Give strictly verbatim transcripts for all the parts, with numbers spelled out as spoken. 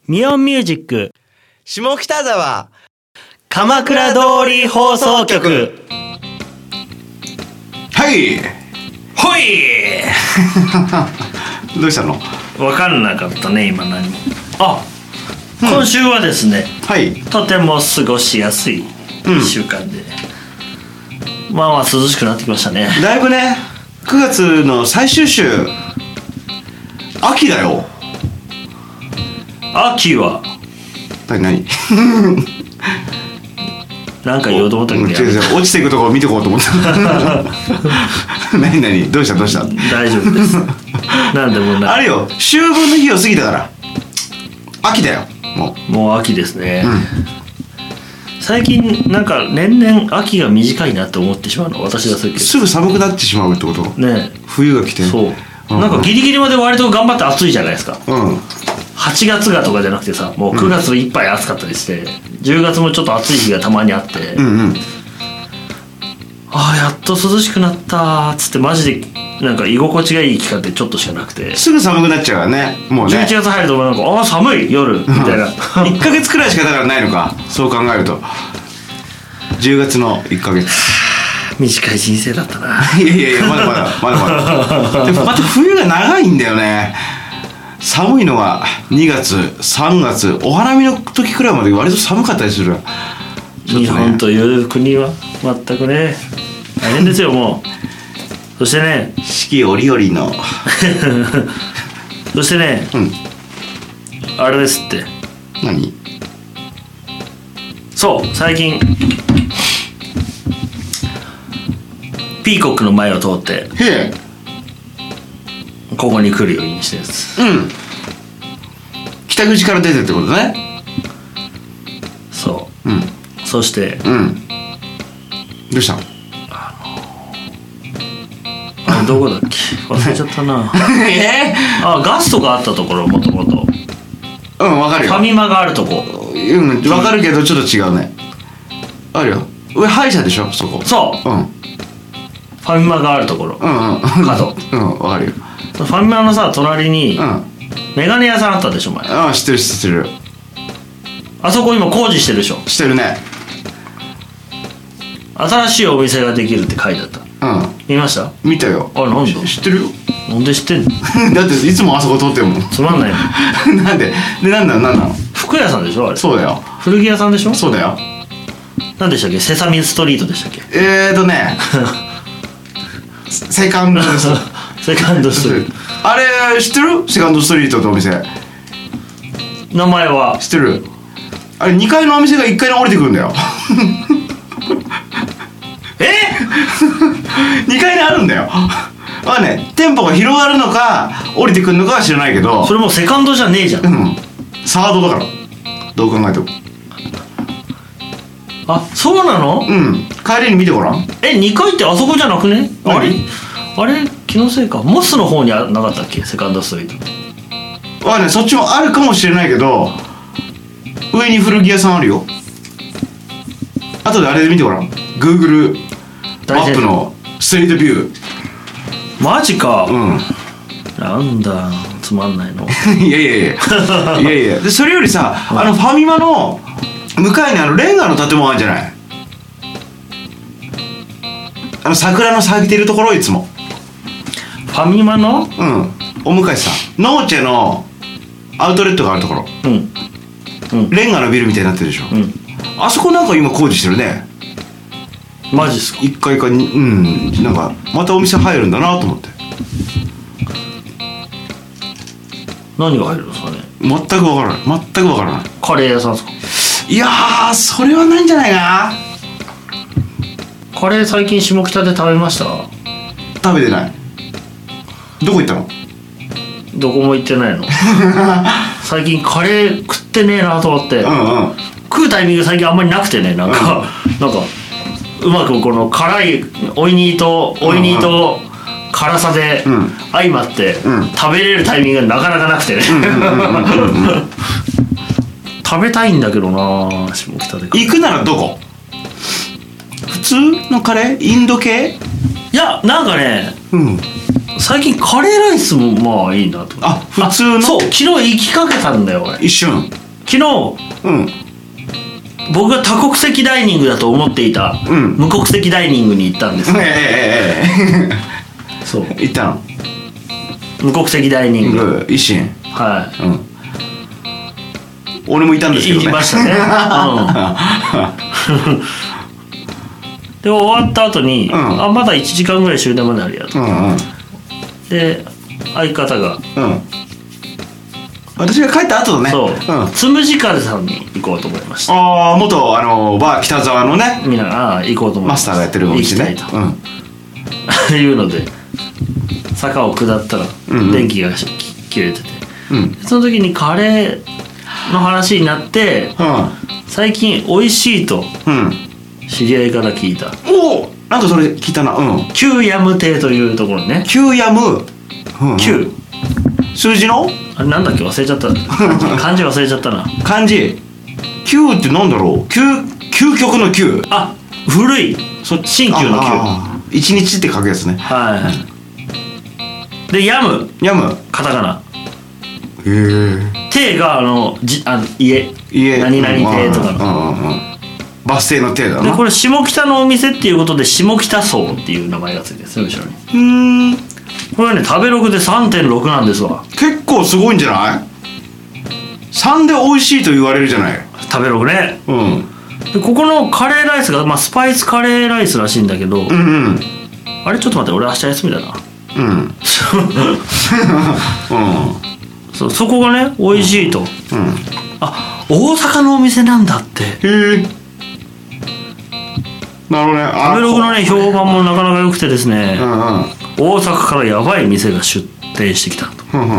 ミオンミュージック下北沢鎌倉通り放送局。 はいほいどうしたの？ 分かんなかったね今何。あ、うん、今週はですね、 はい、 とても過ごしやすいいっしゅうかんで、うん、まあまあ涼しくなってきましたね。 だいぶね。くがつの最終週、秋だよ。 秋は何何なんか言おうと思ったけど、 落ちていくところを見てこうと思った何何どうしたどうした。 大丈夫ですなんでもない。 あれよ、秋分の日を過ぎたから秋だよ。もうもう秋ですね、うん、最近なんか年々秋が短いなって思ってしまうの。私がそういうけどすぐ寒くなってしまうってことね。冬が来て、 そう、うん、なんかギリギリまで割と頑張って暑いじゃないですか、うん、はちがつがとかじゃなくてさ、もうくがついっぱい暑かったりして、うん、じゅうがつもちょっと暑い日がたまにあって、うんうん、ああやっと涼しくなったっつってマジでなんか居心地がいい期間ってちょっとしかなくて、すぐ寒くなっちゃうからね。もうねじゅういちがつ入るとなんかああ寒い夜みたいな、うん、いっかげつくらいしかだからないのか。そう考えるとじゅうがつのいっかげつ短い人生だったな。 いやいやいやまだまだまだまだでもまた冬が長いんだよね。寒いのはにがつさんがつお花見の時くらいまで割と寒かったりする、ね、 日本という国は全くね大変ですよもうそしてね四季折々のそしてね、うん、あれですって。 何？ そう最近ピーコックの前を通ってへえここに来るようにしてるんです。 うん。北口から出てってことね。 そう。うん。そして。 うん。どうしたの？ あのあれどこだっけ？忘れちゃったな。 えー？あガストがあったところもともと。 うん、わかるよ。 ファミマがあるとこ。 うん、わかるけどちょっと違うね。あるよ。上歯医者でしょそこ。 そう。うん。ファミマがあるところ。 うんうん。 角。 うん、わかるよ。 ファミマのさ隣に、うん、メガネ屋さんあったでしょ前。 ああ知ってる知ってる。 あそこ今工事してるでしょ。 してるね。 新しいお店ができるって書いてあった。うん。見ました？ 見たよ。 あれなんだ？ 知ってるよ。 なんで知ってんの？ だっていつもあそこ通ってるもん。 つまんないの。なんで？でなんだなんなの？ 服屋さんでしょあれ。 そうだよ。 古着屋さんでしょ。 そうだよ。 なんでしたっけ？セサミストリートでしたっけ？ えーとねセカンドストリートセカンドストリートあれ知ってる？セカンドストリートのお店名前は知ってる？あれにかいのお店がいっかいに降りてくるんだよえにかいにあるんだよ。まあね店舗が広がるのか降りてくるのかは知らないけど、 それもセカンドじゃねえじゃん、うん、 サードだからどう考えても。 あ、そうなの？ うん。帰りに見てごらん。 え、にかいってあそこじゃなくね？あれあれ気のせいか。モスの方にあなかったっけ？セカンドストリート。 わあね、そっちもあるかもしれないけど上に古着屋さんあるよ。後であれで見てごらん。 Google マップのストリートビュー。マジか。 うん。 なんだつまんないのいやいやいやいやいやでそれよりさ、あのファミマの向かいにあのレンガの建物あるんじゃない？あの桜の咲いてるところいつも。 ファミマの？ うん。お向かいさ、ノーチェのアウトレットがあるところ。うん。うん。レンガのビルみたいになってるでしょ。うん。あそこなんか今工事してるね。 マジっすか？ いっかいかに、うん。なんかまたお店入るんだなと思って。 何が入るんですかね？ 全くわからない。全くわからない。 カレー屋さんですか？ いやーそれはないんじゃないかな。 カレー最近下北で食べました？ 食べてない。どこ行ったの？ どこも行ってないの最近カレー食ってねえなと思って、うんうん、食うタイミング最近あんまりなくてね、なんか、うん、なんかうまくこの辛いおいにとおいにと辛さで相まって、うん、食べれるタイミングがなかなかなくてね食べたいんだけどな下北で。 行くならどこ？普通のカレー？インド系？ いやなんかね、うん、 最近カレーライスもまあいいなと。 あ、普通の。 そう、昨日行きかけたんだよ俺。 一瞬。 昨日、うん、僕が多国籍ダイニングだと思っていた、うん、無国籍ダイニングに行ったんです。 ええー、そう行ったの。 無国籍ダイニング一心。 はい、うん、 俺もいたんですけどね。 行きましたね、うん、で終わった後に、うん、あまだいちじかんぐらい終電まであるやと、うんうん、で相方が、うん、 私が帰った後だね。 そう、うん、つむじ風さんに行こうと思いました。 ああ、元あのバー北沢のね、 みんなが行こうと思いました。 マスターがやってるお店ね。 行きたいと、うん、いうので坂を下ったら電気が切れてて、うん、その時にカレーの話になって、うん、最近美味しいと知り合いから聞いた、うん、 おお、なんかそれ聞いたな。うん、 キューヤム亭というところね。 キューヤム、 うんうん、キュー数字のあれなんだっけ、忘れちゃった漢字忘れちゃったな。 漢字キューってなんだろう。究究極のキュー。 あ、古いそ新旧のキュー。 一日って書くやつね。 はい。でヤムヤムカタカナ。 へえ。 亭があのじあの家家何々亭とかの、 うんうんうん、バス停の亭だな。 でこれ下北のお店っていうことで下北荘っていう名前がついてるんですよ後ろに。 うーん、 これはね食べログで さんてんろく なんですわ。 結構すごいんじゃない。さんで美味しいと言われるじゃない。 食べログね。 うん。 でここのカレーライスが、まあ、スパイスカレーライスらしいんだけど、うんうん、あれちょっと待って俺明日休みだな。うん、うん、そ, そこがね美味しいと、うん、あ大阪のお店なんだって。へえ。なるほどね。 食べログのね評判もなかなか良くてですね、うんうん、大阪からやばい店が出店してきたと、うんうん、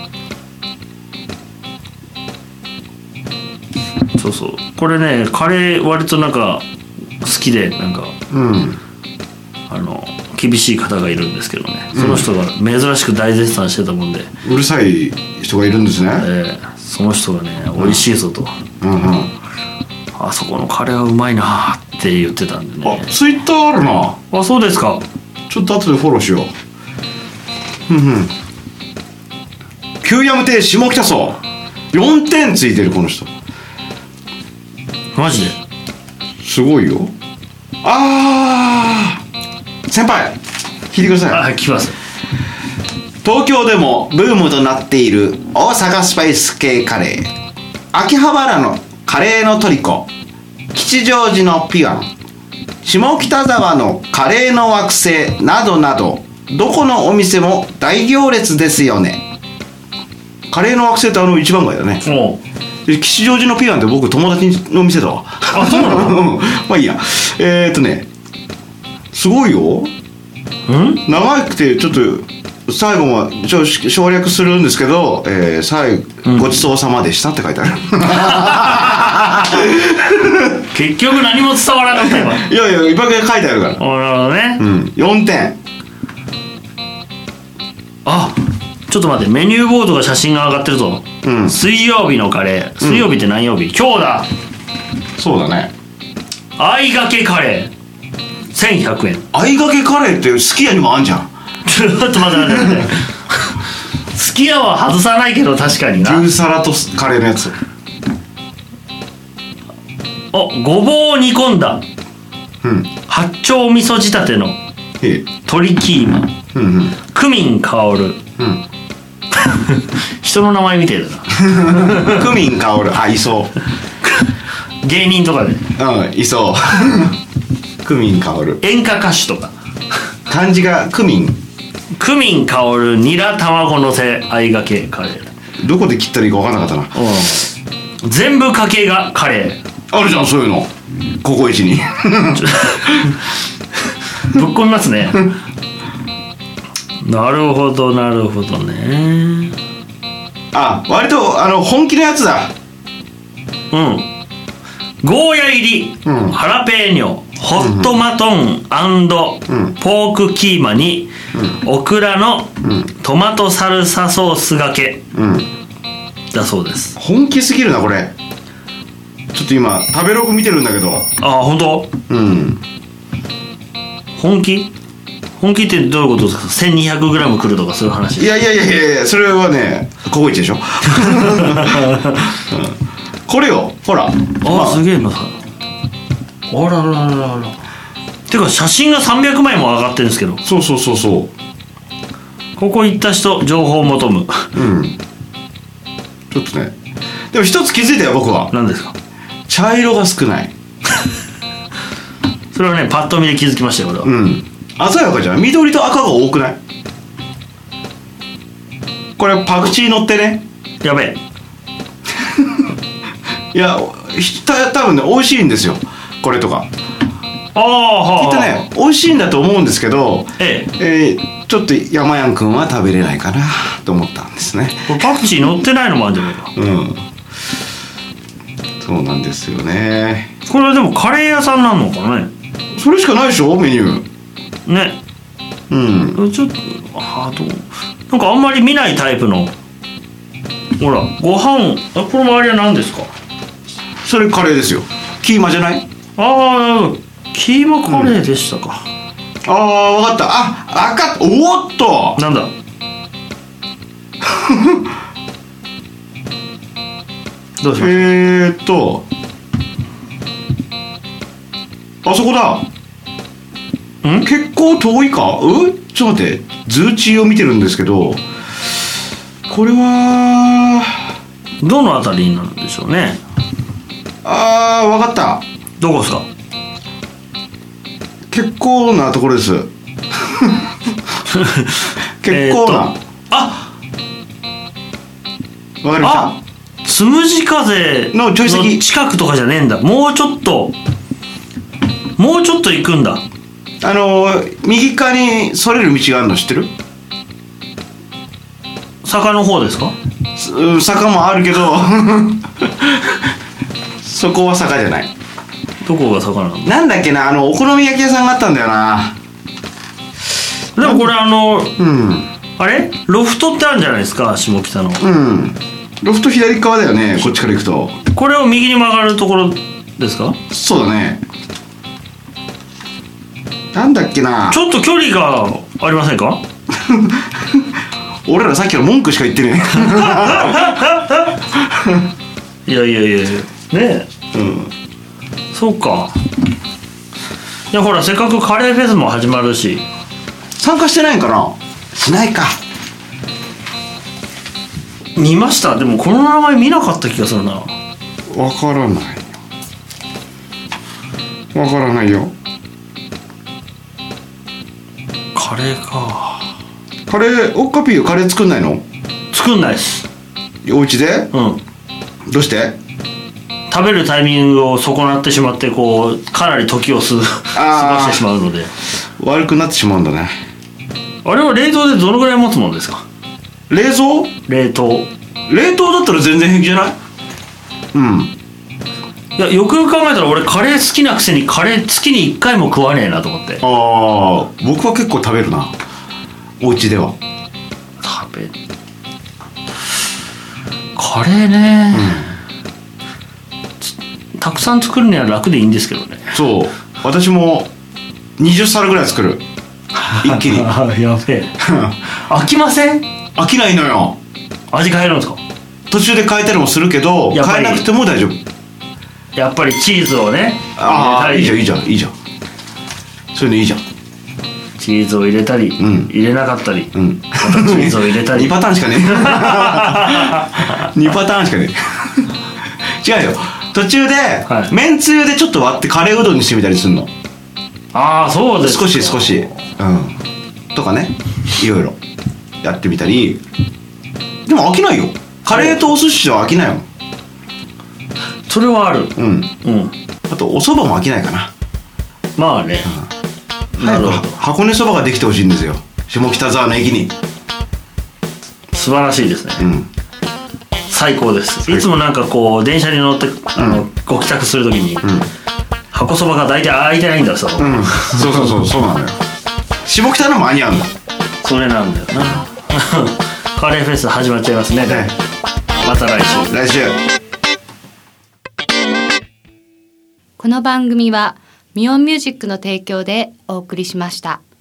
そうそう、これねカレー割となんか好きでなんか、うん、あの厳しい方がいるんですけどね、その人が珍しく大絶賛してたもんで、 うん、うるさい人がいるんですね、 えー、その人がね美味しいぞと、うんうんうん、あそこのカレーはうまいなって言ってたんでね。 あ、ツイッターあるな。 あ、そうですか。 ちょっと後でフォローしよう。うんうん。旧ヤム亭下北荘よんてんついてるこの人。 マジですごいよ。あー先輩聞いてください。 あ、聞きます。 東京でもブームとなっている大阪スパイス系カレー、秋葉原のカレーのトリコ、吉祥寺のピュアン、下北沢のカレーの惑星などなど、どこのお店も大行列ですよね。カレーの惑星ってあの一番街だね。で吉祥寺のピュアンって僕友達の店だわ。 あ、そうなのまあいいや。えー、っとねすごいよ。ん長くてちょっと最後はちょ省略するんですけど、えー、最後、うん、ごちそうさまでしたって書いてある。結局何も伝わらなかったよ。 いやいや、いっぱい書いてあるから。 なるほどね、 うん、よんてん。 あ、ちょっと待って、メニューボードが写真が上がってるぞ、うん、水曜日のカレー。水曜日って何曜日、うん、今日だ。 そうだね。 あいがけカレーせんひゃくえん。 あいがけカレーってすき家にもあんじゃん。 ちょっと待って待って待って。すき家は外さないけど確かにな。 牛皿とカレーのやつ。 お、ごぼうを煮込んだ、うん、八丁味噌仕立ての鶏キーマ、うんうん、クミン香る、うん、人の名前みたいだな。 クミン香る、あ、いそう。 芸人とかで、 うん、いそう。クミン香る、 演歌歌手とか。 漢字がクミン、 クミン香るニラ卵のせあいがけカレー。 どこで切ったらいいか分からなかったな。 うん、全部かけがカレーあるじゃん、そういうの。ココイチにぶっ込みますね。なるほどなるほどね。 あ、割とあの本気のやつだ。 うん。ゴーヤ入り、うん、ハラペーニョ、ホットマトン&ポークキーマに、うん、オクラのトマトサルサソースがけ、うん、だそうです。 本気すぎるなこれ。ちょっと今食べログ見てるんだけど。 あ、本当？ うん。 本気？ 本気ってどういうことですか？ せんにひゃくグラム 来るとかそういう話？ いやいやいやいやいや、それはねココイチでしょ、うん、これよほら、 あ、まあ、すげえなさ、あららららら、てか写真がさんびゃくまいも上がってるんですけど。 そうそうそうそう、 ここ行った人情報を求む。うん、 ちょっとね、でも一つ気づいたよ僕は。 何ですか？ 茶色が少ない。 それはねパッと見で気づきましたよ俺は。うん、 鮮やかじゃん。緑と赤が多くない？これパクチー乗ってね。 やべえ。 いやた多分ね美味しいんですよこれとか。 ああ、 きっとね美味しいんだと思うんですけど、 えええー、ちょっと山やんくんは食べれないかなと思ったんですね。 これパクチー乗ってないのもあるんじゃないか。 うん、そうなんですよね。 これはでもカレー屋さんなのかね。 それしかないでしょメニューね。 うん、 ちょっとあどうなんかあんまり見ないタイプの。ほらご飯、あこの周りは何ですか？ それカレーですよ。キーマじゃない？ ああキーマカレーでしたか。 うん、ああ分かった。あ赤っおっとなんだ。どうしました？ えーっとあそこだ。ん結構遠いか。うちょっと待って、ズーチーを見てるんですけど、これはどのあたりになるんでしょうね。 あー分かった。 どこですか？ 結構なところです。結構な、えー、あわかりました。 あつむじ風の近くとかじゃねえんだ。もうちょっともうちょっと行くんだ。 あの右側にそれる道があるの知ってる？ 坂の方ですか？ 坂もあるけどそこは坂じゃない。 どこが坂なの？ なんだっけな、あのお好み焼き屋さんがあったんだよな。 でもこれあの、 うん、 あれロフトってあるんじゃないですか下北の。 うんロフト左側だよね、こっちから行くと。 これを右に曲がるところですか？ そうだね。なんだっけな、 ちょっと距離がありませんか？ 俺らさっきの文句しか言ってねえ。いやいやいやねえ、 うん、 そうか。いやほらせっかくカレーフェスも始まるし。 参加してないんかな？しないか。 見ました。でもこの名前見なかった気がするな。 わからないよ。わからないよ。 カレーか。 カレーおっかぴーカレー作んないの？ 作んないです。 お家で？ うん。 どうして？ 食べるタイミングを損なってしまってこうかなり時を過ごしてしまうので悪くなってしまうんだね。 あれは冷凍でどのぐらい持つもんですか？ 冷蔵？ 冷凍冷凍だったら全然平気じゃない？うん。 いやよくよく考えたら俺カレー好きなくせにカレー月にいっかいも食わねえなと思って。 ああ僕は結構食べるなお家では。 食べカレーね、うん、たくさん作るには楽でいいんですけどね。 そう私もにじゅっさらぐらい作る一気に。 やべえ飽きません？ 飽きないのよ。 味変えるんですか？ 途中で変えたりもするけど変えなくても大丈夫。 やっぱりチーズをね。 ああいいじゃんいいじゃんいいじゃん。そういうのいいじゃん。 チーズを入れたり、うん、入れなかったり、うん、またチーズを入れたりにパターンしかねにパターンしかね違うよ。途中で、はい、めんつゆでちょっと割ってカレーうどんにしてみたりするの。 ああそうですか。 少し少し、うん、とかねいろいろやってみたり。でも飽きないよ。カレーとお寿司は飽きないよ。 それはある。うん、うん、 あとお蕎麦も飽きないかな。 まあね、 うん、なるほど。箱根そばができてほしいんですよ下北沢の駅に。 素晴らしいですね、うん、最高です。いつもなんかこう電車に乗ってあの、うん、ご帰宅するときに、うん、箱そばが大体空いてないんだよ、うん、そうそうそうそうなのよ下北の間に合うんだ。 それなんだよなカレーフェス始まっちゃいますね、ね。また来週来週。 この番組はミオンミュージックの提供でお送りしました。